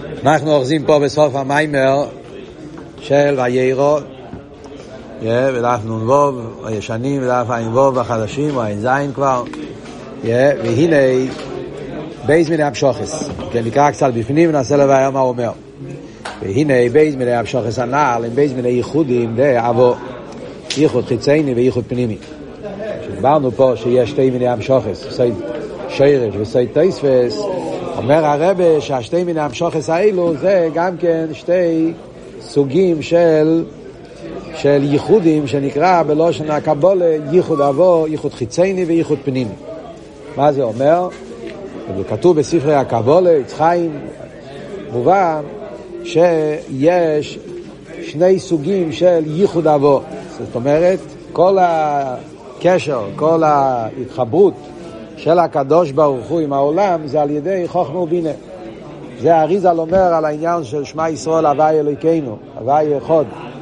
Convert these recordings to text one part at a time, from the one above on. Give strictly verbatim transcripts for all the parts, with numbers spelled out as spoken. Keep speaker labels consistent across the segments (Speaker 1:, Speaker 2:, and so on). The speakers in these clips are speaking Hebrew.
Speaker 1: אנחנו אוחזים פה בסוף המיימר של ויירו, ודף נון ווב, הישנים ודף עין ווב החדשים, או עין זין כבר, והנה בייז מיני המשוחס, כן, נקרא קצת בפנים ונעשה לבאר מה הוא אומר. והנה בייז מיני המשוחס הנעל, עם בייז מיני ייחודים, דה אבו, ייחוד חיצייני וייחוד פנימי. שדיברנו פה שיש שתי מיני המשוחס, סייד שרש וסייד תייספס, אומר הרבה שהשתי מיני המשוחס האלו זה גם כן שתי סוגים של של ייחודים שנקרא בלושן הקבלה ייחוד אבו, ייחוד חיצייני וייחוד פנימי. מה זה אומר? זה כתוב בספרי הקבלה, יצחיים, מובן שיש שני סוגים של ייחוד אבו. זאת אומרת, כל הקשר, כל ההתחברות של הקדוש ברוך הוא עם העולם זה על ידי חוכמה ובינה. זה האריז"ל אומר על העניין של שמע ישראל הווי אלוהינו, הווי אחד.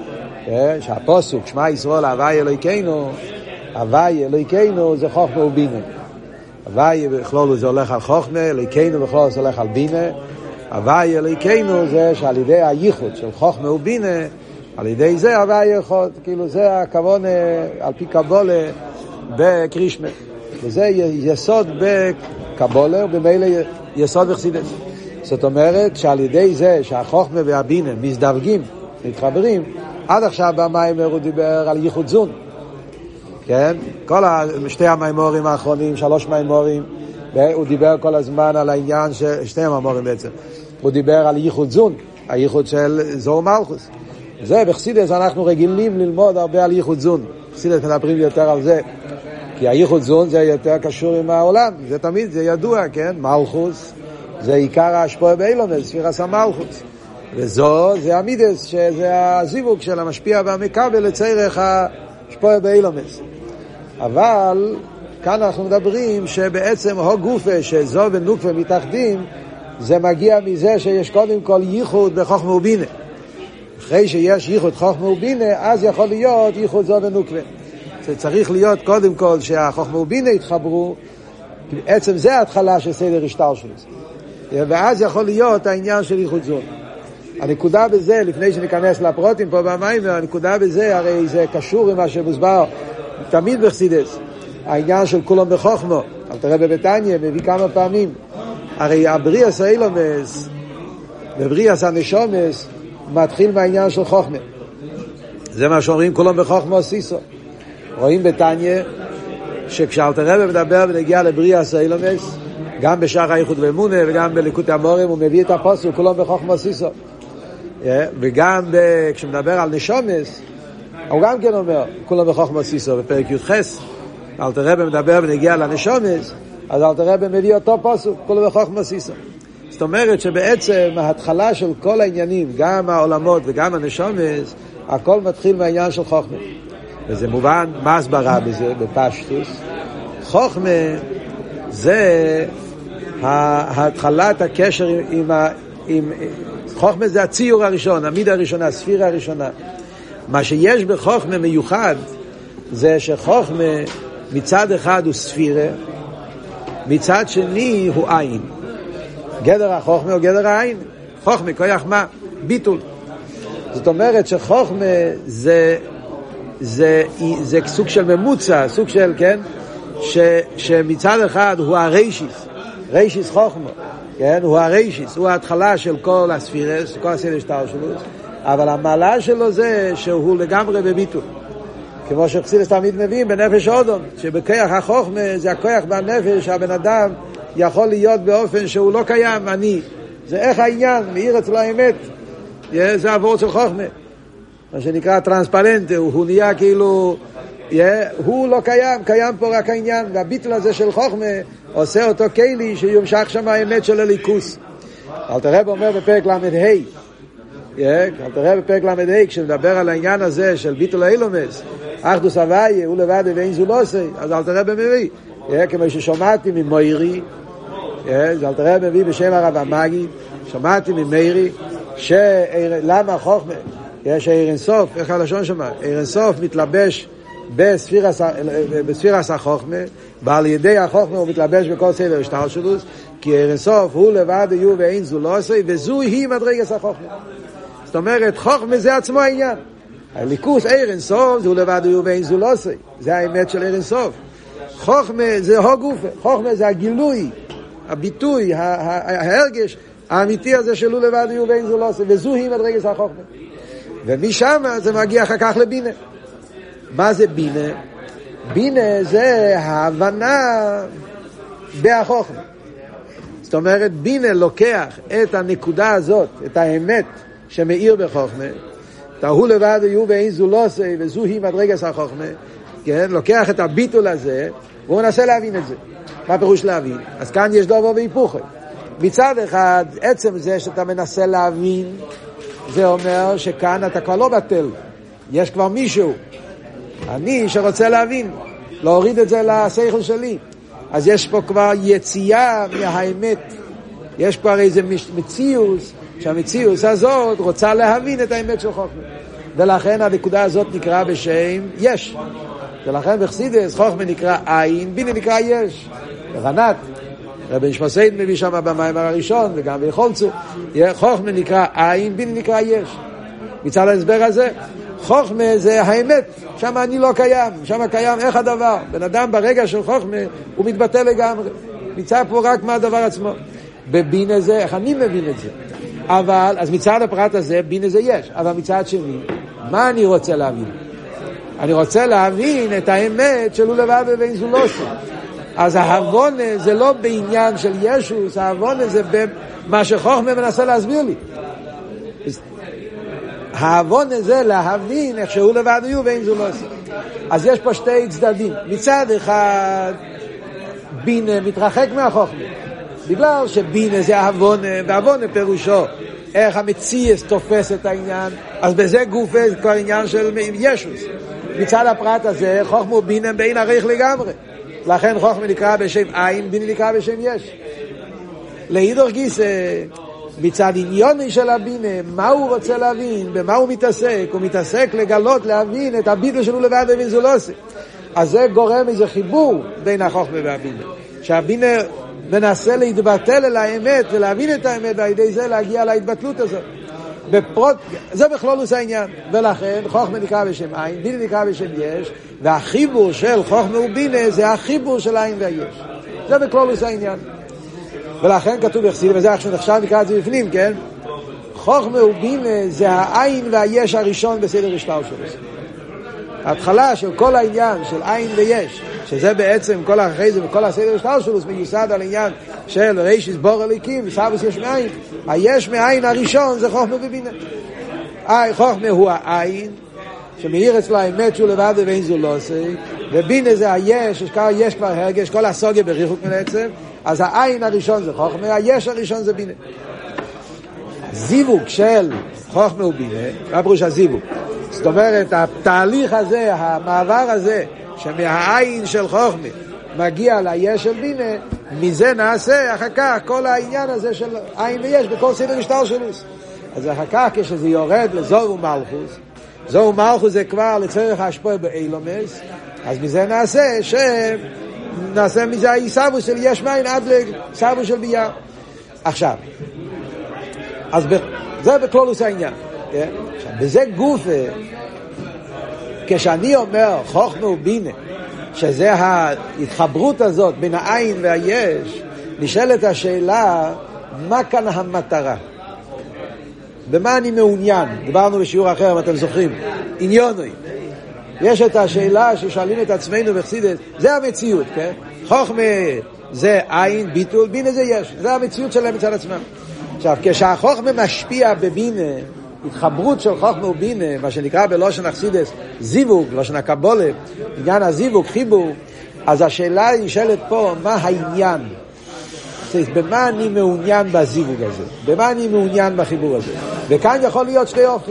Speaker 1: שהפסוק שמע ישראל הווי אלוהינו, הווי אלוהינו זה חוכמה ובינה. הווי בכלול זה הולך על חוכמה, אלוהינו בכלול זה הולך על בינה. הווי אלוהינו זה שעל ידי הייחוד של חוכמה ובינה, על ידי זה הווי אחד. כאילו זה הכוון על פי קבלה בקרישמה. וזה יסוד בקבלה ובמילא יסוד בחסידות. זאת אומרת שעל ידי זה שהחוכמה והבינה מזדווגים, מתחברים, עד עכשיו במיימר הוא דיבר על ייחוד זון. כן? כל שתי המיימורים האחרונים, שלוש מיימורים, הוא דיבר כל הזמן על העניין של שתי המיימורים בעצם. הוא דיבר על ייחוד זון, הייחוד של זור מלכוס. זה בחסידות אנחנו רגילים ללמוד הרבה על ייחוד זון. בחסידות מדברים יותר על זה. כי הייחוד זון זה יותר קשור עם העולם. זה תמיד, זה ידוע, כן? מלכוס זה עיקר ההשפעה באילומס, ספירס המלכוס. וזו זה המידס, שזה הזיווג של המשפיע והמקבל לצריך ההשפעה באילומס. אבל כאן אנחנו מדברים שבעצם הו גופה שזו ונוקפה מתאחדים, זה מגיע מזה שיש קודם כל ייחוד בחוכמה ובינה. אחרי שיש ייחוד חוכמה ובינה, אז יכול להיות ייחוד זו ונוקפה. זה צריך להיות קודם כל שהחוכמה ובינה יתחברו, בעצם זה ההתחלה של סדר השטר שלו. ואז יכול להיות העניין של ייחוד זון. הנקודה בזה, לפני שניכנס לפרוטים פה במיימר, הנקודה בזה, הרי זה קשור עם מה שמוסבר תמיד בחסידות. העניין של כולם בחוכמה, אל תראה בבתניה, מביא כמה פעמים. הרי הבריאס האילומס, בבריאס הנשומס, מתחיל מהעניין של חוכמה. זה מה שאומרים כולם בחוכמה סיסו. רואים בתניה, שכשאל תראה מדבר ונגיע לבריאס האילומס, גם בשער הייחוד ואמונה וגם בליקוטי המורים הוא מביא את הפסוק כולם בחוכמה סיסו. וגם כשמדבר על נשומס הוא גם כן אומר כולם בחוכמה סיסו בפרק י"ח. אל תראה מדבר ונגיע לנשומס, אז אל תראה מביא אותו פסוק כולם בחוכמה סיסו. זאת אומרת שבעצם ההתחלה של כל העניינים, גם העולמות וגם הנשומס, הכל מתחיל מהעניין של חוכמה. וזה מובן מה הסברה בזה בפשטוס. חוכמה זה התחלת הקשר עם, עם חוכמה, זה הציור הראשון, המידה הראשונה, הספירה הראשונה. מה שיש בחוכמה מיוחד זה שחוכמה מצד אחד הוא ספירה, מצד שני הוא עין. גדר החוכמה הוא גדר העין. חוכמה כוח מה? ביטול. זאת אומרת שחוכמה זה זה זה סוג של ממוצע, סוג של, כן, ש שמצד אחד הוא הריישיס, ריישיס חוכמה, כן, הוא הריישיס, הוא ההתחלה של כל הספירס, כל הסדר שטר שלו, אבל המעלה שלו זה שהוא לגמרי בביטול. כמו שחסידות תמיד מביאים בנפש אודום, שבכוח החוכמה זה הכוח בנפש, הבן אדם יכול להיות באופן שהוא לא קיים, אני. זה איך העניין, מאיר אצלו האמת, זה עבור של חוכמה. מה שנקרא טרנספרנט, הוא נהיה כאילו, הוא לא קיים, קיים פה רק העניין, והביטל הזה של חוכמה עושה אותו כלי שיומשך שם האמת של הליכוס. אל תראה אומר בפרק למד ה', אל תראה בפרק למד ה', כשמדבר על העניין הזה של ביטל האילומס, אחדוס הוויה, הוא לבד ואין זו לא עושה, אז אל תראה במביא, כמו ששומעתי ממוירי, אל תראה במביא בשם הרב המאגי, שמעתי ממוירי, שלמה חוכמה, יש עיר סוף, איך הלשון שמה? עיר סוף מתלבש בספירס החוכמה, ועל ידי החוכמה הוא מתלבש בכל סדר השטר שלו, כי עיר אינסוף הוא לבד יהיו ואין זו לא עושה, וזו היא מדרגת החוכמה. זאת אומרת, חוכמה זה עצמו העניין. הליכוס עיר אינסוף זה הוא לבד יהיו ואין זו לא עושה. זה האמת של עיר אינסוף. חוכמה זה הו גופה. חוכמה זה הגילוי, הביטוי, ההרגש האמיתי הזה של הוא לבד יהיו ואין זו לא עושה, וזו היא מדרגת החוכמה. ומשם זה מגיע אחר כך לבינה. מה זה בינה? בינה זה ההבנה בהחוכמה. זאת אומרת, בינה לוקח את הנקודה הזאת, את האמת שמאיר בחוכמה, תהו לבד יהיו ואין זו לא עושה, וזו היא מדרגת החוכמה, כן? לוקח את הביטול הזה, והוא מנסה להבין את זה. מה פירוש להבין? אז כאן יש דבר והיפוכו. מצד אחד, עצם זה שאתה מנסה להבין, זה אומר שכאן אתה כבר לא בטל. יש כבר מישהו, אני שרוצה להבין, להוריד את זה לשכל שלי. אז יש פה כבר יציאה מהאמת. יש כבר איזה מציאוס, שהמציאוס הזאת רוצה להבין את האמת של חוכמה. ולכן הנקודה הזאת נקרא בשם יש. ולכן בחסידות חוכמה נקרא עין, בינה נקרא יש. ברנת, רבי נשמע סייד מביא שם במאמר הראשון, וגם ביכולצו, חוכמה נקרא עין, בינה נקרא יש. מצד ההסבר הזה, חוכמה זה האמת, שם אני לא קיים, שם קיים איך הדבר. בן אדם ברגע של חוכמה הוא מתבטא לגמרי, מצד פה רק מה הדבר עצמו. בבינה זה, איך אני מבין את זה. אבל, אז מצד הפרט הזה, בינה זה יש, אבל מצד שני, מה אני רוצה להבין? אני רוצה להבין את האמת של הוא לבד ואין זו לא עושה. אז ההבונה זה לא בעניין של ישוס, ההבונה זה במה שחוכמה מנסה להסביר לי. ההבונה זה להבין איך שהוא לבד יהיו ואין זו לא עושה. אז יש פה שתי צדדים. מצד אחד, בינה מתרחק מהחוכמה. בגלל שבינה זה ההבונה, וההבונה פירושו איך המציאס תופס את העניין, אז בזה גופה זה כבר עניין של ישוס. מצד הפרט הזה, חוכמה ובינה בין עריך לגמרי. לכן חוכמה נקרא בשם עין, בינה נקרא בשם יש. להידור גיסא, מצד עניוני של הבינה, מה הוא רוצה להבין, במה הוא מתעסק, הוא מתעסק לגלות, להבין את הביטל שלו לבד ואין זו לא עושה. אז זה גורם איזה חיבור בין החוכמה והבינה. שהבינה מנסה להתבטל אל האמת ולהבין את האמת, ועל ידי זה להגיע להתבטלות הזאת. בפרוט, זה בכלול עושה העניין. ולכן חוכמה נקרא בשם עין, בינה נקרא בשם יש, והחיבור של חוכמה ובינה זה החיבור של עין והיש. זה בכלול עושה העניין. ולכן כתוב בחסידות, וזה עכשיו נקרא את זה בפנים, כן? חוכמה ובינה זה העין והיש הראשון בסדר השתלשלות. ההתחלה של כל העניין של עין ויש, שזה בעצם כל אחרי זה וכל הסדר השתלשלות מיוסד על עניין של רישיס בור הליקים וסבוס יש מאין. היש מאין הראשון זה חוכמה ובינה. חוכמה הוא העין שמאיר אצלה האמת שהוא לבד ואין זו לא עושה, ובינה זה היש, יש כבר הרגש, כל הסוגיה בריחוק מלעצם. אז העין הראשון זה חוכמה, היש הראשון זה בינה. זיווג של חוכמה ובינה, מה פירוש הזיווג? זאת אומרת, התהליך הזה, המעבר הזה, שמהעין של חוכמה מגיע ליש של בינה, מזה נעשה אחר כך כל העניין הזה של עין ויש בכל סדר משטר שלוס. אז אחר כך כשזה יורד לזור ומלכוס, זור ומלכוס זה כבר לצורך ההשפוע באילומס, אז מזה נעשה ש... נעשה מזה היסבו של יש מים עד לסבו של ביה. עכשיו, אז ב... זה בכלולוס העניין. כן? עכשיו, בזה גופה, כשאני אומר חוכמה ובינה, שזה ההתחברות הזאת בין העין והיש, נשאלת השאלה, מה כאן המטרה? במה אני מעוניין? דיברנו בשיעור אחר, אם אתם זוכרים. עניונוי. יש את השאלה ששואלים את עצמנו בחסידות, זה המציאות, כן? חוכמה זה עין, ביטול, בינה זה יש. זה המציאות שלהם מצד עצמם. עכשיו, כשהחוכמה משפיע בבינה, התחברות של חוכמה ובינה, מה שנקרא בלושן החסידות, זיווג, לושן הקבלה, עניין הזיווג, חיבור, אז השאלה היא שאלת פה, מה העניין? במה אני מעוניין בזיווג הזה? במה אני מעוניין בחיבור הזה? וכאן יכול להיות שתי אופן.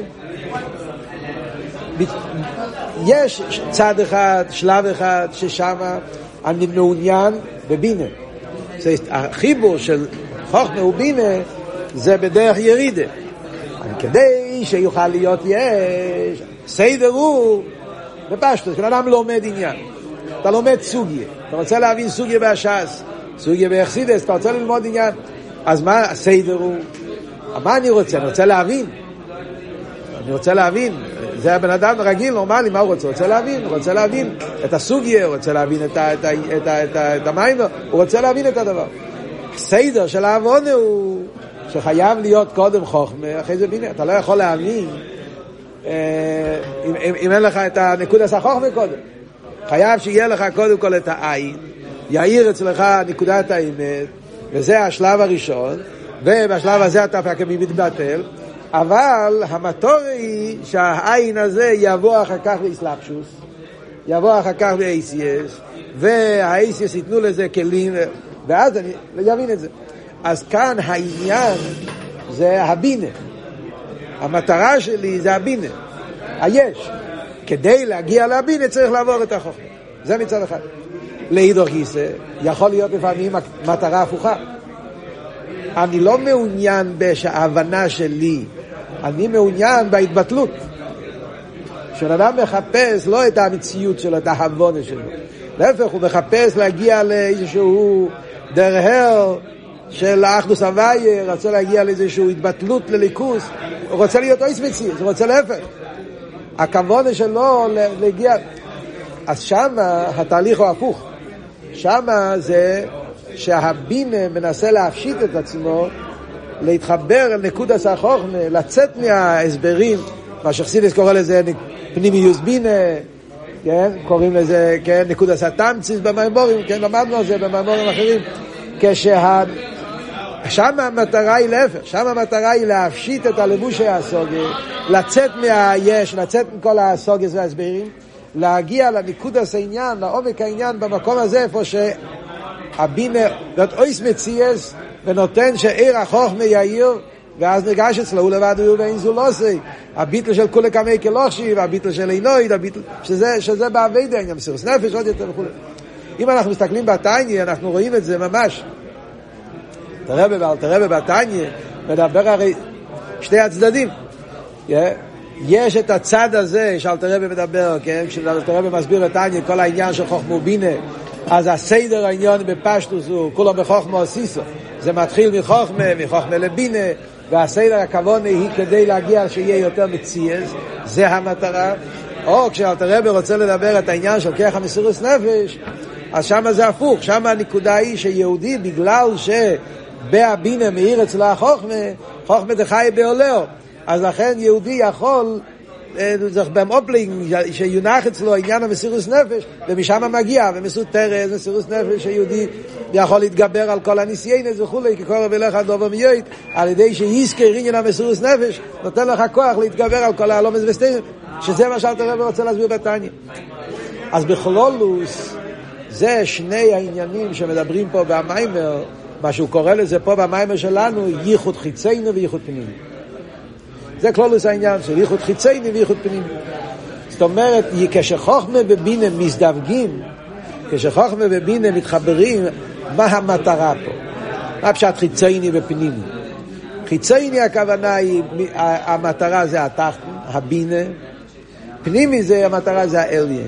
Speaker 1: יש צד אחד, שלב אחד, ששם אני מעוניין בבינה. החיבור של חוכמה ובינה זה בדרך ירידה. כדי שיוכל להיות יש, סדר הוא בפשטות. כשאדם לומד עניין, אתה לומד סוגיה, אתה רוצה להבין סוגיה בהשאס, סוגיה ביחסידס, אתה רוצה ללמוד עניין, אז מה הסדר הוא? מה אני רוצה? אני רוצה להבין. אני רוצה להבין. זה הבן אדם רגיל, נורמלי, מה הוא רוצה? הוא רוצה להבין, הוא רוצה להבין את הסוגיה, הוא רוצה להבין את, ה, את, ה, את, ה, את, ה, את המים, הוא רוצה להבין את הדבר. הסדר של העוונה הוא שחייב להיות קודם חוכמה, אחרי זה בינה. אתה לא יכול להבין אם, אם, אם אין לך את הנקודת החוכמה קודם. חייב שיהיה לך קודם כל את העין, יאיר אצלך נקודת האמת, וזה השלב הראשון, ובשלב הזה אתה פעמים מתבטל, אבל המטור היא שהעין הזה יבוא אחר כך לאסלאפשוס, יבוא אחר כך לאייסיאס, והאייסיאס ייתנו לזה כלים, ואז אני יבין את זה. אז כאן העניין זה הבינה. המטרה שלי זה הבינה. היש. כדי להגיע להבינה צריך לעבור את החוכמה. זה מצד אחד. להידור גיסא, יכול להיות לפעמים מטרה הפוכה. אני לא מעוניין בהבנה שלי, אני מעוניין בהתבטלות. כשאדם מחפש לא את המציאות שלו, את ההבונה שלו. להפך, הוא מחפש להגיע לאיזשהו דרהר של האחדוס הוויה, רוצה להגיע לאיזשהו התבטלות לליכוס, הוא רוצה להיות אויס מציאות, הוא רוצה להפך. הכוונה שלו להגיע, אז שם התהליך הוא הפוך. שם זה שהבינה מנסה להפשיט את עצמו, להתחבר אל נקודת החוכמה, לצאת מההסברים, מה שחסידס קורא לזה פנימיוס בינה, כן? קוראים לזה, כן? נקודת התמצית במאמרים, כן? למדנו על זה במאמרים אחרים, כשה... שם המטרה היא להפך, שם המטרה היא להפשיט את הלבושי הסוגיה, לצאת מהיש, לצאת מכל הסוגיה וההסברים, להגיע לנקודת העניין, לעומק העניין, במקום הזה איפה שהבינה להיות אויס מציאס, ונותן שעיר החוכמה יאיר, ואז נגש אצלו הוא לבד הוא ואין זו לא עושה. הביטל של כולי כמי כלוחשי, והביטל של אינוי, שזה, שזה בעבודה, עניין מסירות נפש, עוד יותר וכו'. אם אנחנו מסתכלים בתניא, אנחנו רואים את זה ממש. תראה ואל תראה בתניא, מדבר הרי שתי הצדדים. יש את הצד הזה שאל תראה ומדבר, כן? כשאל תראה ומסביר את תניא, כל העניין של חוכמה ובינה, אז הסדר העניין בפשטוס הוא כולם בחוכמה עשיסו. זה מתחיל מחוכמה, מחוכמה לבינה, והסדר הכוונה היא כדי להגיע שיהיה יותר מציאס, זה המטרה. או כשאל תראה ורוצה לדבר את העניין של ככה מסירות נפש, אז שם זה הפוך, שם הנקודה היא שיהודי בגלל שבהבינה מאיר אצלה החוכמה, חוכמה דחי בעולהו, אז לכן יהודי יכול צריך במופלינג שיונח אצלו עניין המסירות נפש, ומשם מגיע ומסות תרס מסירות נפש שיהודי יכול להתגבר על כל הניסיינס וכולי, כי קורא ולך דובר מיועד על ידי שיזכר עניין המסירות נפש, נותן לך כוח להתגבר על כל העלומס וסתירים, שזה מה שאלת הרב רוצה להסביר בתניא. אז בכלולוס זה שני העניינים שמדברים פה במיימר, מה שהוא קורא לזה פה במיימר שלנו, ייחוד חיציינו וייחוד פנימי. זה כלולוס העניין של ייחוד חיצייני וייחוד פנימי. זאת אומרת, כשחוכמה בבינה מזדווגים, כשחוכמה בבינה מתחברים, מה המטרה פה? מה פשט חיצייני ופנימי? חיצייני הכוונה היא, המטרה זה התחתן, הבינה, פנימי זה המטרה זה האליין.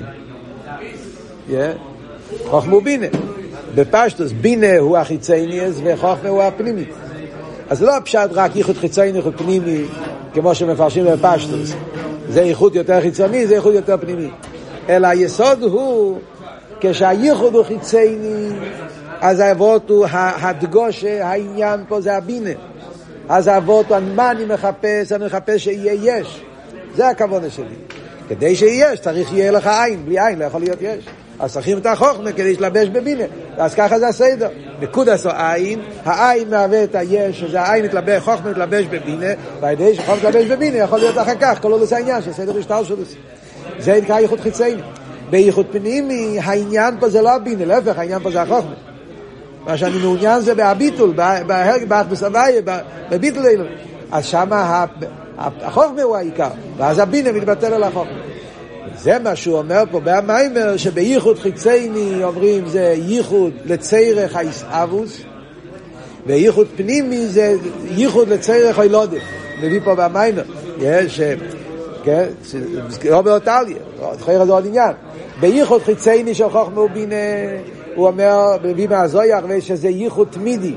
Speaker 1: חוכמה ובינה. בפשטוס, בינה הוא החיצייני וחוכמה הוא הפנימי. אז לא פשט רק ייחוד חיצייני וייחוד פנימי, כמו שמפרשים בפשטוס. זה ייחוד יותר חיצוני, זה ייחוד יותר פנימי. אלא היסוד הוא, כשהייחוד הוא חיצייני, אז האבות הוא הדגושה, העניין פה זה הבינה. אז האבות הוא, מה אני מחפש? אני מחפש שיהיה יש. זה הכוונה שלי. כדי שיהיה יש, צריך שיהיה לך עין. בלי עין לא יכול להיות יש. אז צריכים את החוכמה כדי שלבש בבינה. אז ככה זה הסדר. נקודס או עין, העין מהווה את היש, שזה העין מתלבש, חוכמה מתלבש בבינה, והידי שחוכמה מתלבש בבינה יכול להיות אחר כך, כל עוד זה העניין, שסדר השתל שלו. זה נקרא ייחוד חיצייני. בייחוד פנימי, העניין פה זה לא הבינה, להפך, העניין פה זה החוכמה. מה שאני מעוניין זה בהביטול, בהרג, באחדוס הוויה, בביטול אלו. אז שם החוכמה הוא העיקר, ואז הבינה מתבטל על החוכמה. זה מה שהוא אומר פה במיימר, שבייחוד חיצייני אומרים זה ייחוד לצריך האיסאבוס, וייחוד פנימי זה ייחוד לצריך הילודת. מביא פה במיימר, יש, כן, לא באותליה, חיירה זה עוד עניין. בייחוד חיצייני של חוכמה ובינה, הוא אומר, מביא מהזויח, שזה ייחוד תמידי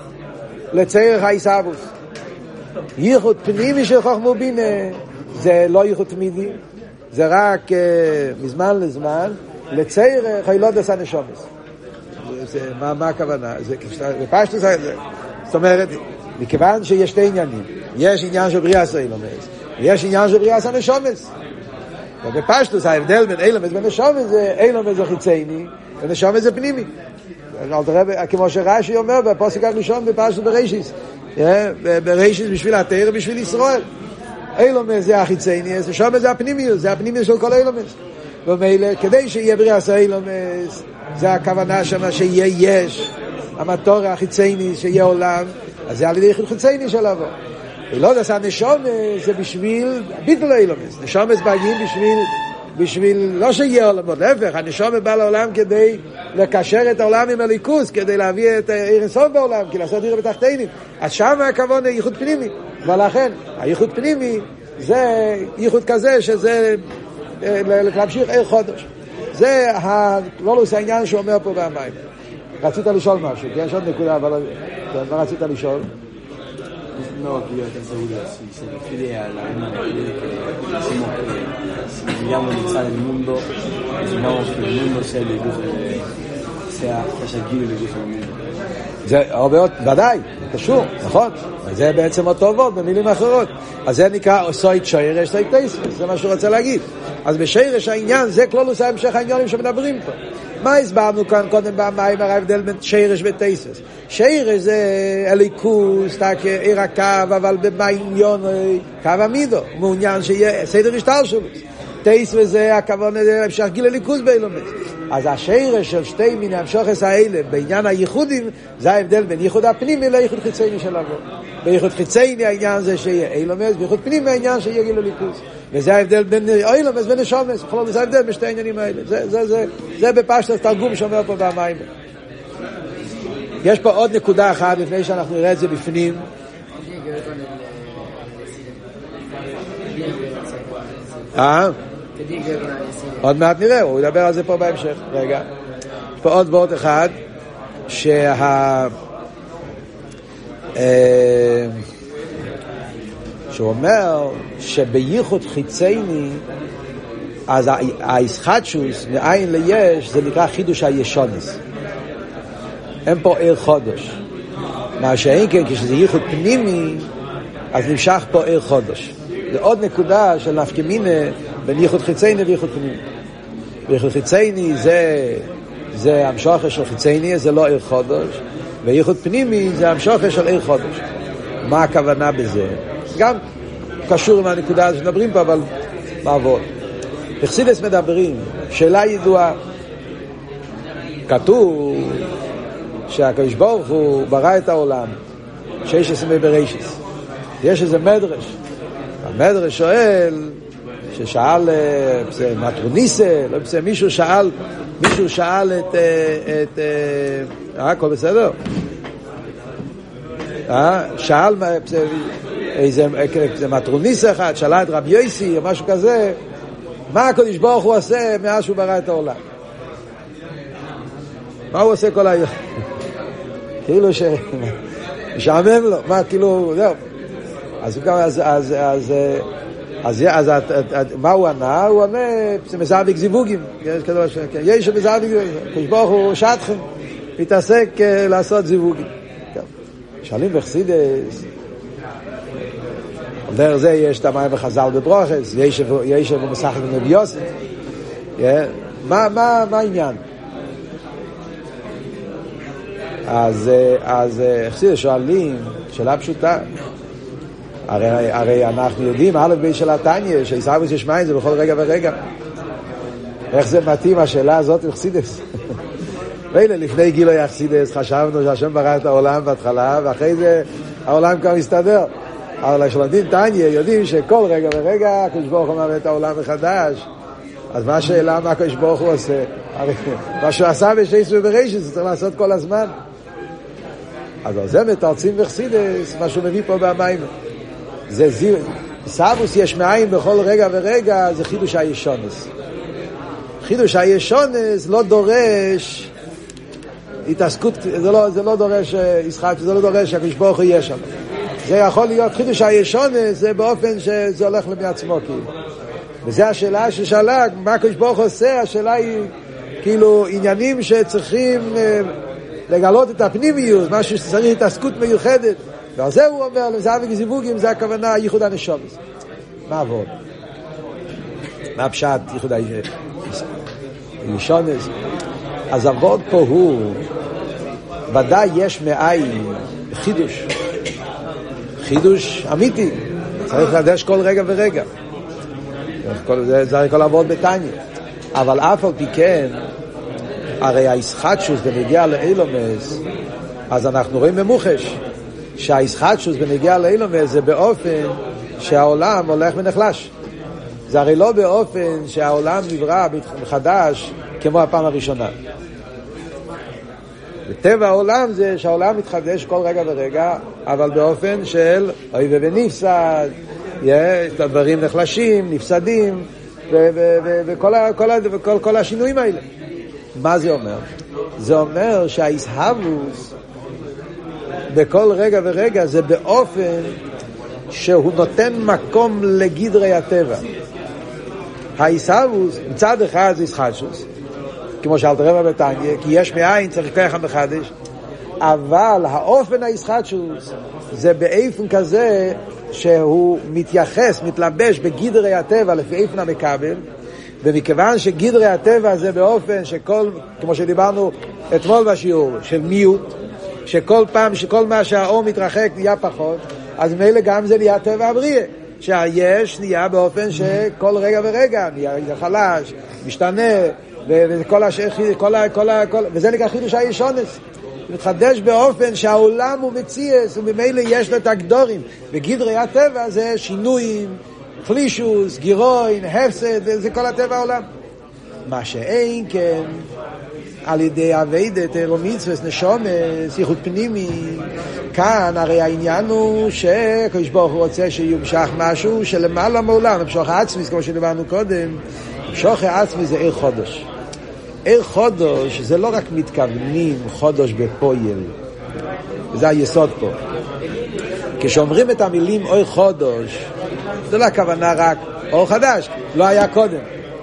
Speaker 1: לצריך האיסאבוס. ייחוד פנימי של חוכמה ובינה זה לא ייחוד תמידי, זה רק uh, מזמן לזמן לצריך הילודס הנשומס. מה, מה הכוונה? זה, בפשטוס, זה, זאת אומרת, מכיוון שיש שתי עניינים, יש עניין של בריאס אילומס, יש עניין של בריאס הנשומס. ובפשטוס ההבדל בין אילומס ונשומס זה אילומס זה חיצייני ונשומס זה פנימי. כמו שרש"י אומר בפסוק הראשון בפרשת בראשיס, בראשיס בשביל התורה בשביל ישראל. אילומס זה החיצייני, נשומס זה הפנימיות, זה הפנימיות של כל אילומס. ומילא כדי שיהיה בריאס אילומס, זה הכוונה שמה שיהיה יש, המטור החיצייני שיהיה עולם, אז זה על ידי חיצייני של אבו. ולא דעשה נשומס זה בשביל ביטל אילומס. נשומס באים בשביל בשביל לא שיהיה עולם, להפך, הנשומס בא לעולם כדי לקשר את העולם עם הליכוס, כדי להביא את עיר הסוף בעולם, כי לעשות עיר בתחתינים. אז שם הכוון ייחוד פנימי, ולכן הייחוד פנימי זה ייחוד כזה שזה להמשיך עיר חודש. זה הכלולוס העניין שאומר פה במים. רצית לשאול משהו, כי יש עוד נקודה, אבל מה רצית לשאול?
Speaker 2: No, quería estar seguro si se refiere a la misma refiere que decimos que si queríamos analizar el mundo, decimos que el mundo sea el incluso sea que haya aquí el incluso el mundo.
Speaker 1: זה הרבה עוד, ודאי, קשור, נכון? זה בעצם אותו ווד, במילים אחרות. אז זה נקרא סוית שיירש תייטייס, זה מה שהוא רוצה להגיד. אז בשיירש העניין, זה כלולוס ההמשך העניינים שמדברים פה. מה הסברנו כאן קודם במים ההבדל בין שיירש ותייסס? שיירש זה אליקוס, עיר הקו, אבל בעניין קו המידו, מעוניין שיהיה סדר השטר שלו. תייס וזה הכוון המשך גיל אליקוס באילומס. אז השיירש של שתי מיני המשוכס האלה בעניין הייחודים, זה ההבדל בין ייחוד הפנימי לייחוד חיצייני של אבו. בייחוד חיצייני העניין זה שיהיה אילומס, בייחוד פנימי העניין שיהיה גיל אליקוס. וזה ההבדל בין אילומס ונשומס, זה ההבדל בשתי העניינים האלה. זה, זה, זה, זה בפשט תרגום שאומר פה במים. יש פה עוד נקודה אחת לפני שאנחנו נראה את זה בפנים. אה? עוד מעט נראה, הוא ידבר על זה פה בהמשך. רגע, יש פה עוד ועוד אחד שה שהוא אומר שבייחוד חיצייני אז הישחטשוס מאין ליש זה נקרא חידוש הישונס, אין פה עיר חודש. מה שאין כן כשזה ייחוד פנימי אז נמשך פה עיר חודש. זה עוד נקודה של נפקמינה בין ייחוד חיצייני וייחוד פנימי. וייחוד חיצייני זה זה המשוכר של חיצייני, זה לא עיר חודש, וייחוד פנימי זה המשוכר של עיר חודש. מה הכוונה בזה? גם קשור עם הנקודה הזאת שנדברים פה, אבל מעבוד. בחסידס מדברים, שאלה ידועה, כתוב שהקדוש ברוך הוא ברא את העולם שיש עשמי בראשיס. יש איזה מדרש, המדרש שואל ששאל מטרוניסה, לא בסדר, מישהו שאל מישהו שאל את את אה הכל בסדר? אה שאל איזה איזה מטרוניסה אחד שאלה את רבי יוסי או משהו כזה, מה הקדוש ברוך הוא עושה מאז שהוא ברא את העולם? מה הוא עושה כל היום? כאילו ש משעמם לו, מה כאילו, זהו. אז אז אז אז אז אז מה הוא ענה? הוא ענה שמזאביק זיווגים, יש כזה יש שמזאביק, הקדוש ברוך הוא שטחם מתעסק לעשות זיווגים. שואלים בחסידס, אומר זה יש את המים בחז"ל בברוכס, יש יש במסכת נביאוס. מה מה מה העניין? אז אז חסידס שואלים שאלה פשוטה. הרי, הרי אנחנו יודעים, א' בי של התניה, שישאבוס יש מים זה בכל רגע ורגע. איך זה מתאים השאלה הזאת בחסידס? ואלה, לפני גילו יחסידס, חשבנו שהשם ברא את העולם בהתחלה, ואחרי זה העולם כבר מסתדר. אבל כשלומדים תניה, יודעים שכל רגע ורגע, הקדוש ברוך הוא מביא את העולם מחדש. אז מה השאלה, מה הקדוש ברוך הוא עושה? הרי, מה שהוא עשה בשייס ובראשיס, זה צריך לעשות כל הזמן. אז זה מתרצים בחסידס, מה שהוא מביא פה במים. זה זיר, סבוס יש מאין בכל רגע ורגע, זה חידוש הישונס. חידוש הישונס לא דורש התעסקות, זה לא, זה לא דורש ישחק, זה לא דורש שהקדוש ברוך הוא יהיה שם. זה יכול להיות חידוש הישון, זה באופן שזה הולך מעצמו כאילו. וזו השאלה ששאלה, מה הקדוש ברוך הוא עושה, השאלה היא כאילו עניינים שצריכים לגלות את הפנימיות, משהו שצריך התעסקות מיוחדת. ועל זה הוא אומר, לזהב וגזיווגים, זה הכוונה ייחוד הנשומות. מה עבוד? מה פשט ייחוד הישון? אז עבוד פה הוא, ודאי יש מאין חידוש. חידוש אמיתי. צריך לדש כל רגע ורגע. זה צריך כל עבוד בתניא. אבל אף על פי כן, הרי הישחטשוס בנגיע לאילומס, אז אנחנו רואים במוחש שהישחטשוס בנגיע לאילומס זה באופן שהעולם הולך ונחלש. זה הרי לא באופן שהעולם נברא מחדש כמו הפעם הראשונה. בטבע העולם זה שהעולם מתחדש כל רגע ורגע, אבל באופן של אוי ונפסד, דברים נחלשים, נפסדים, וכל השינויים האלה. מה זה אומר? זה אומר שהאיסהבוס בכל רגע ורגע זה באופן שהוא נותן מקום לגדרי הטבע. האיסהבוס מצד אחד זה ישחטשוס, כמו שאלת רבא בתניא, כי יש מאין צריך ככה מחדש, אבל האופן הישחטשוס זה באופן כזה שהוא מתייחס, מתלבש בגדרי הטבע לפי איפן המקבל, ומכיוון שגדרי הטבע זה באופן שכל, כמו שדיברנו אתמול בשיעור, של מיעוט, שכל פעם, שכל מה שהאור מתרחק נהיה פחות, אז מילא גם זה נהיה טבע הבריאה, שהיש נהיה באופן שכל רגע ורגע נהיה חלש, משתנה, וכל השיר, כל ה, כל ה, כל, וזה נקרא חידוש הישונס. מתחדש באופן שהעולם הוא מציאס, וממילא יש לו את הגדורים. בגדרי הטבע זה שינויים, חלישוס, גירוין, הפסד, זה כל הטבע העולם. מה שאין כן, על ידי עבודת מצוות נשומות, ייחוד פנימי, כאן הרי העניין הוא שהקדוש ברוך הוא רוצה שיומשך משהו שלמעלה מעולם, המשוך העצמי, כמו שדיברנו קודם, המשוך העצמי זה עיר חודש. עיר חודש זה לא רק מתכוונים חודש בפועל, זה היסוד פה. כשאומרים את המילים אור חודש, זה לא הכוונה רק אור חדש, לא היה קודם.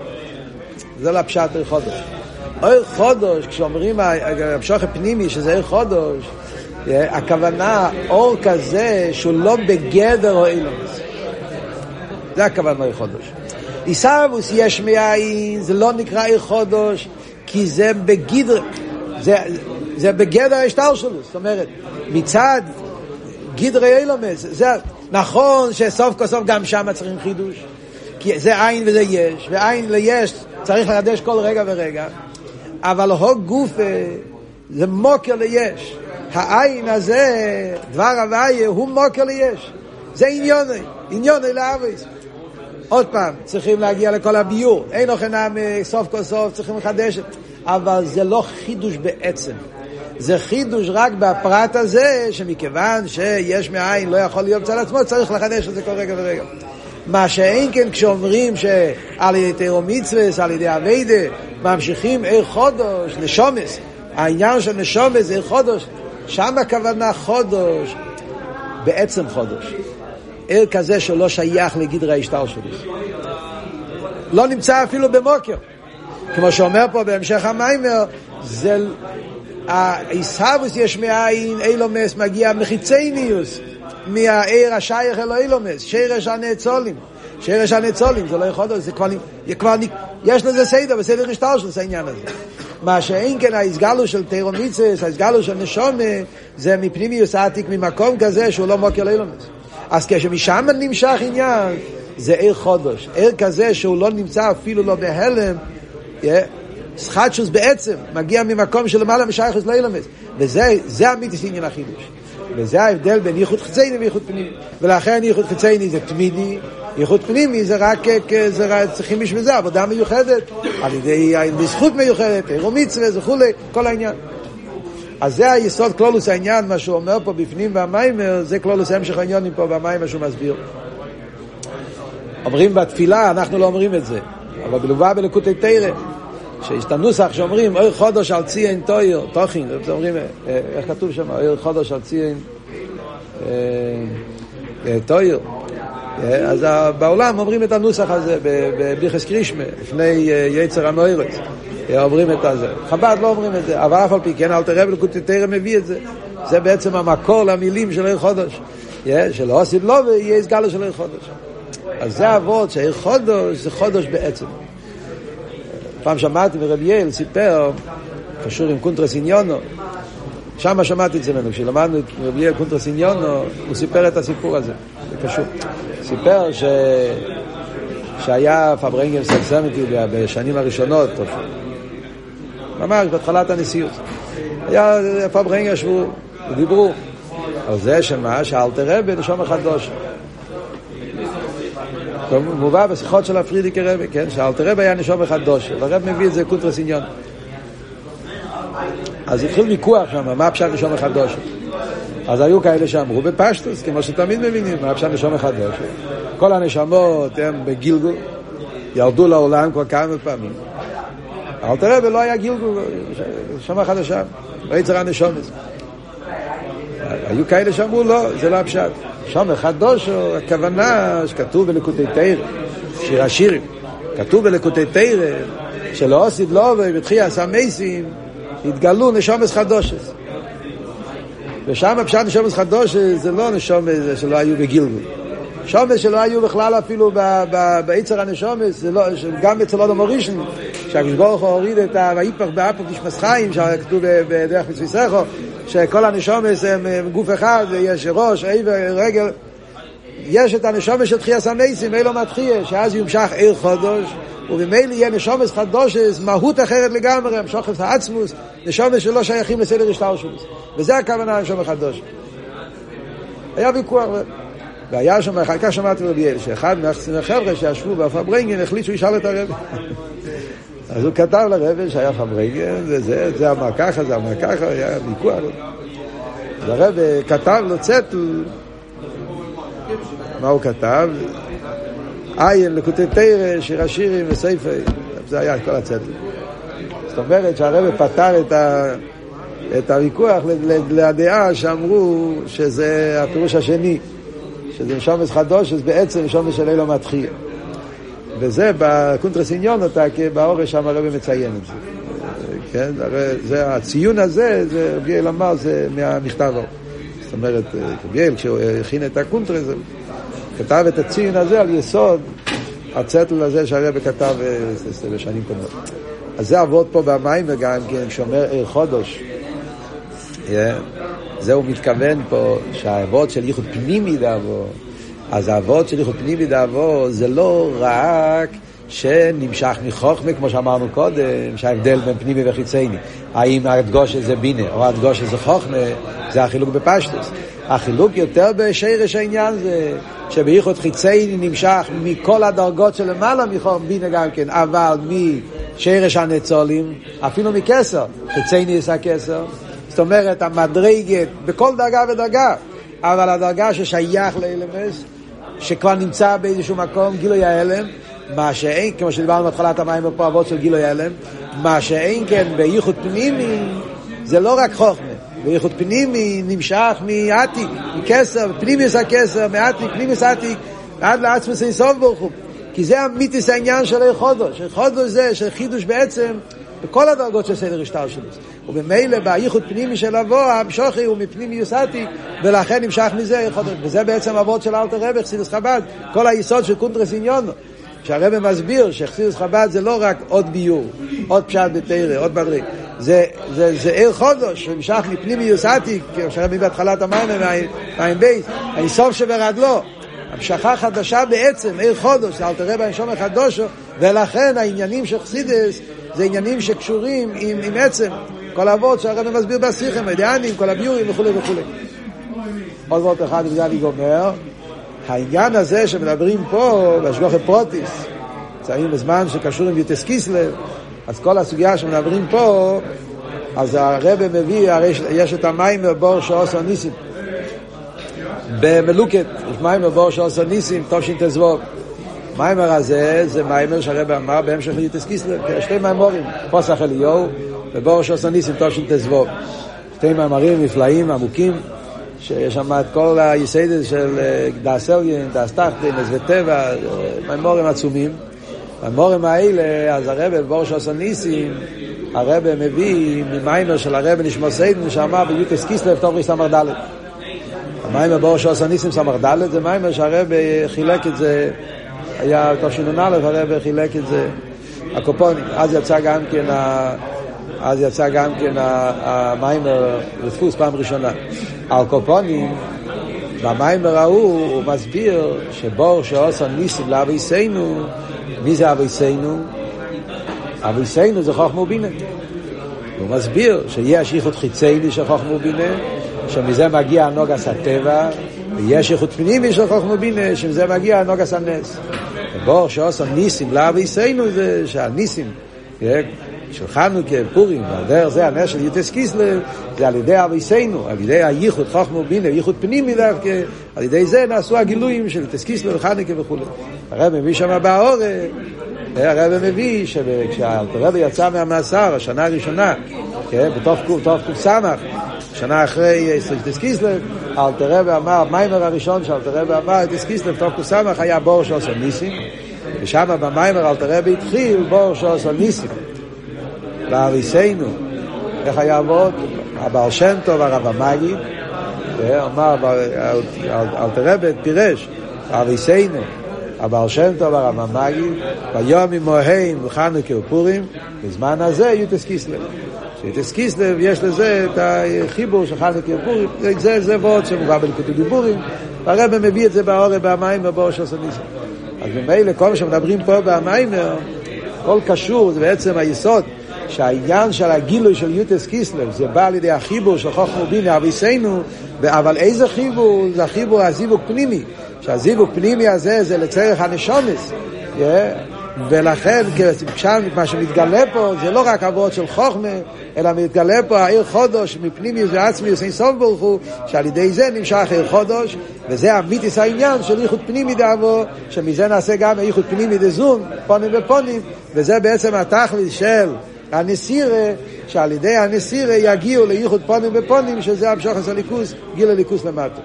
Speaker 1: זה לא פשט אור חודש. אור חודש, כשאומרים המשוך הפנימי שזה אור חודש, הכוונה אור כזה שהוא לא בגדר או אילומס. זה הכוונה אור חודש. איסהבוס יש מאין, זה לא נקרא אור חודש, כי זה בגדר, זה, זה בגדר השטר שלו. זאת אומרת, מצד גדרי אילומס, זה נכון שסוף כל סוף גם שם צריכים חידוש, כי זה עין וזה יש, ועין ליש צריך לחדש כל רגע ורגע, אבל הו גוף זה מוקר ליש. העין הזה, דבר הוויה, הוא מוקר ליש. זה עניוני, עניוני לאבוס. עוד פעם, צריכים להגיע לכל הביור. אין אוכנם סוף כל סוף, צריכים לחדש. אבל זה לא חידוש בעצם. זה חידוש רק בפרט הזה, שמכיוון שיש מאין לא יכול להיות מצד עצמו, צריך לחדש את זה כל רגע ורגע. מה שאין כן כשאומרים שעל ידי תורה מצוות, על ידי עבודה, ממשיכים עיר חודש, נשומס. העניין של נשומס זה עיר חודש. שם הכוונה חודש, בעצם חודש. עיר כזה שלא שייך לגדרי ההשתר שלו. לא נמצא אפילו במוקר. כמו שאומר פה בהמשך המיימר, זה האיסהבוס יש מאין, אילומס מגיע מחיצייניוס, מהעיר השייך אלו אילומס, שרש הנאצולים. שרש הנאצולים, זה לא יכול, זה כבר, כבר, יש לזה סדר, בסדר השתר של זה העניין הזה. מה שאין כן ההסגלו של תורה מצוות, ההסגלו של נשומה, זה מפנימיוס עתיק, ממקום כזה שהוא לא מוקר לאילומס. אז כשמשם נמשך עניין, זה עיר חודש. עיר כזה שהוא לא נמצא אפילו לא בהלם, ישחטשוס בעצם מגיע ממקום שלמעלה משייכות לאילומס. וזה זה אמיתי עניין החידוש. וזה ההבדל בין ייחוד חיצייני וייחוד פנימי. ולכן ייחוד חיצייני זה תמידי, ייחוד פנימי זה רק, זה צריכים בשביל זה עבודה מיוחדת, על ידי בזכות מיוחדת, תורה מצוות וכולי, כל העניין. אז זה היסוד כלולוס העניין, מה שהוא אומר פה בפנים במיימר, זה כלולוס המשך העניינים פה במיימר שהוא מסביר. אומרים בתפילה, אנחנו לא אומרים את זה, אבל בלווה בלקוטי תורה, שיש את הנוסח שאומרים אור חודש על ציין תויר, תוכין, אומרים, איך כתוב שם, אור חודש על ציין תויר. אז בעולם אומרים את הנוסח הזה בברכס קרישמה, לפני יצר הנוירץ, אומרים את זה. חב"ד לא אומרים את זה, אבל אף על פי כן, אלתר רבי לקוטי תורה מביא את זה. זה בעצם המקור למילים של אור חודש. שלא עושים לו ויהיה סגלה של אור חודש. אז זה העבוד שאור חודש זה חודש בעצם. פעם שמעתי ורבי יעל סיפר, קשור עם קונטרס עניונו, שם שמעתי את זה ממנו, כשלמדנו את רבי יעל קונטרס עניונו, הוא סיפר את הסיפור הזה, זה קשור. סיפר ש... שהיה פברנגל סלסמתי בשנים הראשונות, ממש בתחילת הנשיאות. היה פברנגל שבו, ודיברו על זה שמה, שאלתר רבי נשום החדוש. מובא בשיחות של הפרידיקי רבי, כן? שאלתר רבי היה נשום החדוש, והרב מביא את זה קונטרס עניון. אז התחיל ויכוח שם, מה פשט נשום החדוש? אז היו כאלה שאמרו בפשטוס, כמו שתמיד מבינים, מה פשט נשום החדוש? כל הנשמות הם בגילגול, ירדו לעולם כבר כמה פעמים. אלתר רבי לא היה גילגול, נשמה חדשה, ויצר הנשומס. היו כאלה שאמרו לא, זה לא הפשט. נשום החדוש, הכוונה שכתוב בליקוטי תורה, שיר השירים, כתוב בליקוטי תורה, שלא עשית לו ובתחייה סמייסים, התגלו נשומס חדושס. ושם הפשט נשומס חדושס זה לא נשומס שלא היו בגילגול. נשומס שלא היו בכלל אפילו ביצר הנשומס, גם אצל אדם הראשון, שהקדוש ברוך הוא הוריד את ויפח באפו נשמס חיים, שכתוב בדרך מצווה, שכל הנשומס הם גוף אחד, יש ראש, עבר, רגל. יש את הנשומס של תחייה סמייסים, אלו מתחייה, שאז יומשך עיר חודש, ובמילא יהיה נשומס חדושס, מהות אחרת לגמרי, המשוך את העצמוס, נשומס שלא שייכים לסדר השתלשלות. וזה הכוונה נשומס חדוש. היה ויכוח, והיה שם, אחר כך שמעתי רבי יעל, שאחד מהחבר'ה שישבו בפברנגן החליט שהוא ישאל את הרבי. אז הוא כתב לרבי שהיה פברנגן, זה, זה אמר ככה, זה אמר ככה, היה ויכוח. אז הרבי כתב לו צטל, מה הוא כתב? עין לקוטי תורה, שיר השירים וספר, זה היה כל הצטל. זאת אומרת שהרבי פתר את, ה, את הוויכוח לדעה שאמרו שזה הפירוש השני, שזה נשומס חדוש, אז בעצם נשומס של אילו מתחיל. וזה בקונטרס עניון אותה, כי באורש שם הרבי מציין את זה. כן? זה, הציון הזה, זה רבי יעל אמר, זה מהמכתב. זאת אומרת, רבי יעל, כשהוא הכין את הקונטרס, כתב את הציון הזה על יסוד הצטל הזה שהרבי כתב בשנים קודמות. אז זה עבוד פה במים וגם כן שומר עיר חודש. Yeah. זה הוא מתכוון פה שהעבוד של ייחוד פנימי דאבו, אז העבוד של ייחוד פנימי דאבו זה לא רק שנמשך מחוכמה כמו שאמרנו קודם, שההבדל בין פנימי וחיצייני, האם הדגוש זה בינה או הדגוש זה חוכמה, זה החילוק בפשטוס. החילוק יותר בשרש העניין זה שבייחוד חיצייני נמשך מכל הדרגות של למעלה מחוכמה בינה גם כן, אבל משרש הנצולים אפילו מכסר, חיצייני יש הכסר, זאת אומרת המדרגת בכל דרגה ודרגה, אבל הדרגה ששייך לאלמס שכבר נמצא באיזשהו מקום גילוי ההלם, מה שאין, כמו שדיברנו בתחילת המים בפרבות של גילוי ההלם, מה שאין כן בייחוד פנימי זה לא רק חוכמה, בייחוד פנימי נמשך מעתיק, מכסר, פנימיוס הכסר, מעתיק, פנימיוס עתיק עד לעצמוס אינסוף ברוך הוא, כי זה אמיתיס העניין של עיר חודש. עיר חודש זה של חידוש בעצם בכל הדרגות של סדר השתלשלות, ובמילא בייחוד פנימי של אבו המשוכי הוא מפנימיוס עתיק, ולכן נמשך מזה עיר חודש. וזה בעצם אבות של אלתר רבי חסידות חב"ד, כל היסוד של קונטרס עניון, שהרבי מסביר שחסידות חב"ד זה לא רק עוד ביור, עוד פשט בתורה, עוד מדרג, זה זה זה עיר חודש שנמשך מפנימיוס עתיק, שהרבי בהתחלת המים מים בית, היסוד שברגלו המשכה חדשה בעצם, עיר חודש, אלתר רבי נשום החדושו, ולכן העניינים של חסידס זה עניינים שקשורים עם, עם עצם, כל אבות שהרבי מסביר בשיחים, הידיענים, כל הביורים וכו' וכו'. עוד ועוד אחד, וזה אני גומר, העניין הזה שמדברים פה, בהשגוחי פרוטיס, צעים בזמן שקשור עם יוטס קיסלב, אז כל הסוגיה שמדברים פה, אז הרבי מביא, הרי יש את המים בור שעושה ניסים, במלוקת, יש מים בור שעושה ניסים, טוב שינתזבוב, המיימר הזה זה מיימר שהרב אמר בהמשך ליטס קיסלב, שתי מיימורים, פוסח אליהו ובור שעשה ניסים תושין תזבוב. שתי מיימרים נפלאים, עמוקים, שיש שם את כל היסיידס של דאס אליין, דאס תחתין, עזבי טבע, מיימורים עצומים. המיימורים האלה, אז הרב בבור שעשה ניסים, הרב מביא ממיימר של הרב נשמע סיידן שאמר ביוטס קיסלב תורי סמר דלת. המיימר בור שעשה ניסים סמר דלת זה מיימר שהרב חילק את זה, היה תושינון א', הרב חילק את זה הקופונים. אז יצא גם כן אז יצא גם כן המיימר לדפוס פעם ראשונה על קופונים. במיימר ההוא הוא מסביר שבור שעשה ניסים לאביסנו. מי זה אביסנו? אביסנו זה חוכמה ובינה. הוא מסביר שיש ייחוד חיצייני של חוכמה ובינה, שמזה מגיע הנוגס הטבע, ויש ייחוד פנימי של חוכמה ובינה, שמזה מגיע הנוגס הנס. ובור שעושה ניסים לאביסנו זה שהניסים של חנוכה, פורים, ועל זה הנס של יוטס קיסלב, זה על ידי אביסנו, על ידי הייחוד חוכמה ובינה, ייחוד פנימי דווקא, על ידי זה נעשו הגילויים של יוטס קיסלב וחנוכה וכו'. הרב מביא שם באור, הרב מביא שכשהרב יצא מהמאסר, השנה הראשונה, בתוך קוף סמך, שנה אחרי יוטס קיסלב, אלתר אמר, המיימר הראשון שאלתר אמר, יוטס קיסלב, בתוך קוף סמך היה בור שעושה ניסים, ושם במיימר אלתר התחיל בור שעושה ניסים. באריסנו, איך היה עבוד? הבעל שם טוב הרב המגיד, אמר, אלתר רבי פירש, אריסנו, הבעל שם טוב הרב המגיד, ביום מוהים וחנוכה ופורים, בזמן הזה יוטס קיסלב. שיוטס קיסלב יש לזה את החיבור של חנוכה ופורים, זה זה ועוד שמובא בליקוטי דיבורים, והרב מביא את זה באור במיימר בור שעושה ניסים. אז במילא כל מה שמדברים פה במיימר, כל קשור, זה בעצם היסוד, שהעניין של הגילוי של יוטס קיסלב זה בא על ידי החיבור של חוכמה ובינה אביסנו, אבל איזה חיבור? זה החיבור הזיווג פנימי, שהזיווג פנימי הזה זה לצורך הנשומס, ולכן מה שמתגלה פה זה לא רק עבוד של חוכמה, אלא מתגלה פה העיר חודש מפנימי ועצמי וסין סוף ברוך הוא, שעל ידי זה נמשך עיר חודש, וזה אמיתיס העניין של ייחוד פנימי דאבו, שמזה נעשה גם ייחוד פנימי דזון, פונים ופונים, וזה בעצם התכלית של הנסירה, שעל ידי הנסירה יגיעו לייחוד פונים ופונים, שזה המשוך עשה ליכוס, גיל הליכוס למטה.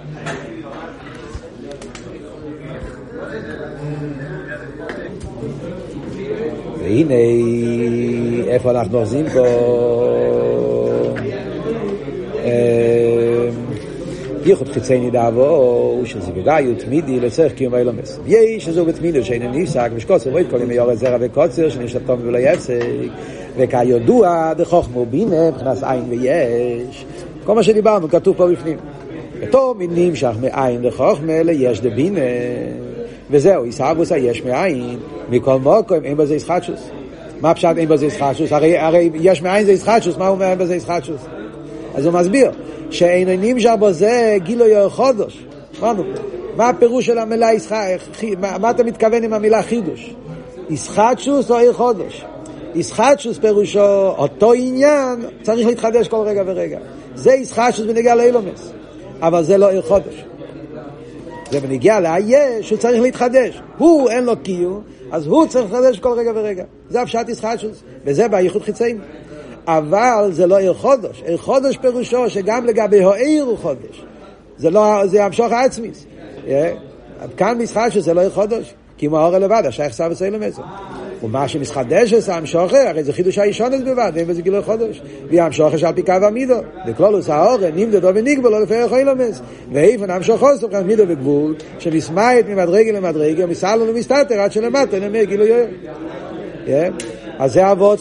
Speaker 1: והנה איפה אנחנו עושים פה ייחוד חיצייני דאבו שזה בגאיות מידי לצריך קיום אילומס יש שזו בתמידו שאין ניסק משקוצר רואה כל ימי יורד זרע וקוצר שנשתתום ולא יפסק וכידוע דחוכמה ובינה מבחינת עין ויש כל מה שדיברנו כתוב פה בפנים כתוב נמשך מעין דחוכמה ליש דבינה וזהו, ישאגוס היש מעין מכל מוקם, אין בזה ישחטשוס. מה פשט אין בזה ישחטשוס? הרי, הרי יש מעין זה ישחטשוס, מה הוא אומר אין בזה ישחטשוס? אז הוא מסביר שאין נמשך בזה גילו יור חודש. מה הפירוש של המילה ישחטשוס? מה, מה אתה מתכוון עם המילה חידוש? ישחטשוס או עיר חודש? ישחטשוס פירושו אותו עניין צריך להתחדש כל רגע ורגע. זה ישחטשוס בנגיע לאילומס, אבל זה לא עיר חודש. זה בנגיע להיש, הוא צריך להתחדש. הוא אין לו קיום, אז הוא צריך להתחדש כל רגע ורגע. זה הפשט ישחטשוס, וזה בייחוד חיצייני. אבל זה לא עיר חודש. עיר חודש פירושו שגם לגבי העיר הוא חודש. זה לא, זה המשוך העצמיס. כאן ישחטשוס זה לא עיר חודש, כי הוא האור לבד, השייך סבא סיילם עצם. ומה שמסחדש זה המשוך, הרי זה חידוש האישונס בבד, אין בזה גילוי חודש. והמשוך שעל פי קו המידו. וכלולוס האור, נמדדו ונגבו, לא לפי ערכו אילומס. ואיפן המשוך חוסר, כאן מידו וגבול, שמסמאית ממדרגה למדרגה, מסלו למסתתר, עד שלמטה, נמר גילוי יום. אז זה העבוד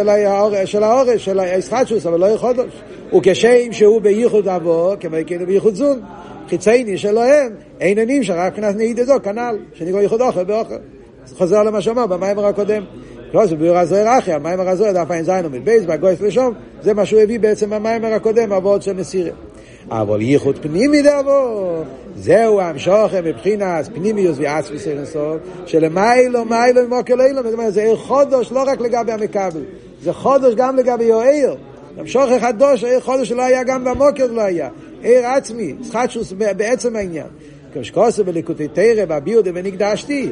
Speaker 1: של האור, של הישחטשוס, אבל לא עיר חודש. וכשם שהוא בייחוד אבו, כמו כן בייחוד זון, חיצייני שלהם, אין ענים שרק כנס נעידתו, כנל, שנקרא ייחוד אוכל באוכל. חוזר למה שאמר במיימר הקודם. לא, זה ביור הזוהר אחי, המיימר הזוהר, דף אין זין עומד בייס, בגויס לשום, זה מה שהוא הביא בעצם במיימר הקודם, עבוד של נסירה. אבל ייחוד פנימי דאבו, זהו המשוך מבחינת פנימיוס ועצמיס אינסוף, שלמיילו, מיילו ומוקר ליילו, זאת אומרת, זה עיר חודש לא רק לגבי המקבל, זה חודש גם לגבי יוער. המשוך חדוש, עיר חודש שלא היה גם במוקר לא היה, עיר עצמי, ישחטשוס בעצם העניין. כשקוסה בליקוטי תורה, בביודה ונקדשתי,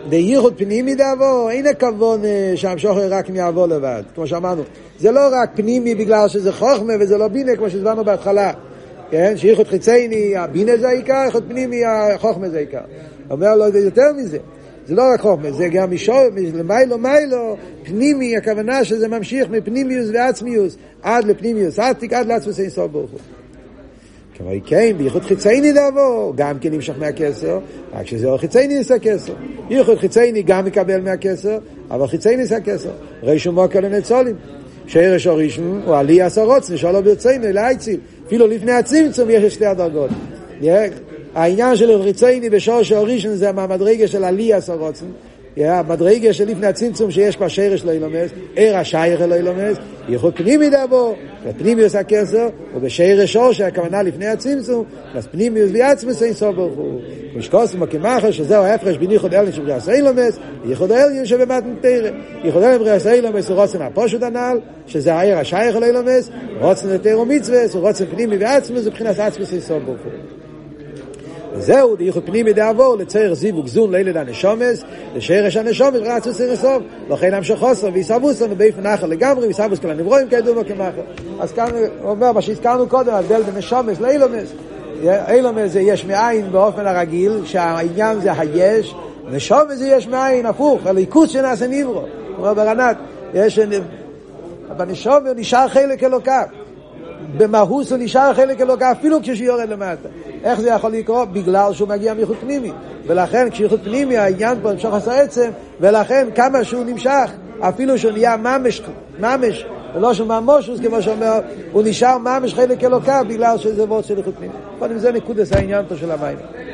Speaker 1: דייחוד פנימי דאבו, אין הכוון שהמשוך רק מיעבור לבד, כמו שאמרנו. זה לא רק פנימי בגלל שזה חוכמה וזה לא בינה, כמו שדברנו בהתחלה. כן? שייחוד חיצייני, הבינה זה העיקר, ייחוד פנימי, החוכמה זה העיקר. אומר לו, זה יותר מזה. זה לא רק חוכמה, זה גם מישור, למיילו מיילו, פנימי, הכוונה שזה ממשיך מפנימיוס ועצמיוס, עד לפנימיוס, עד תיק עד לעצמוס אין סוף ברוך הוא. כמו כן, בייחוד חיצייני דאבו, גם כן נמשך מהכסר, רק שזה לא חיצייני יש הכסר. ייחוד חיצייני גם מקבל מהכסר, אבל חיצייני יש הכסר. רישום מוקר לנצולים. שרש הראשון הוא עלי עשרות, נשאלו ברצייני, להיציל. אפילו לפני הצמצום יש שתי הדרגות. העניין של חיצייני בשורש הראשון זה המדרגה של עלי עשרות. המדרגה של לפני הצמצום שיש כבר שרש לא ילומס, ער השייך לא ילומס, ייחוד פנימי דאבו, פנימיוס הכסר, ובשרש שורש הכוונה לפני הצמצום, אז פנימיוס ועצמוס אין סוף ברוך הוא. משקוסם וכמחר שזהו ההפרש בין ייחוד אליין שבריאס אילומס, ייחוד אליין שבמתן תרא. ייחוד אליין שבריאס אילומס הוא רוצן הפושט הנעל, שזה הער השייך לא ילומס, רוצן לתרא ומצווה, הוא רוצן פנימי ועצמוס, ובחינת עצמוס אין סוף ברוך הוא. זהו, ייחוד פנימי דאבו, לצייר זיווג זון לילד הנשומס, לשרש הנשומס, רצו סיר סוף, לכן המשך חוסר ויסבוסר, ובאיפן אחר לגמרי, ויסבוס כל הנברואים כידוע כמחר. אז כאן הוא אומר, מה שהזכרנו קודם, הבדל בין נשומס לאילומס. אילומס זה יש מאין באופן הרגיל, שהעניין זה היש, נשומס זה יש מאין, הפוך, הליכוס שנעשה נברו. הוא אומר ברנת, יש, בנשומס נשאר חלק אלוקה. במהוס הוא נשאר חלק אלוקה אפילו כשיורד למטה. איך זה יכול לקרות? בגלל שהוא מגיע מייחוד פנימי, ולכן כשייחוד פנימי העניין פה נמשך עשה עצם, ולכן כמה שהוא נמשך אפילו שהוא נהיה ממש ממש ולא שהוא ממושוס כמו שאומר, הוא נשאר ממש חלק אלוקה בגלל שזה וורט של ייחוד פנימי. קודם זה נקודס העניין פה של המים.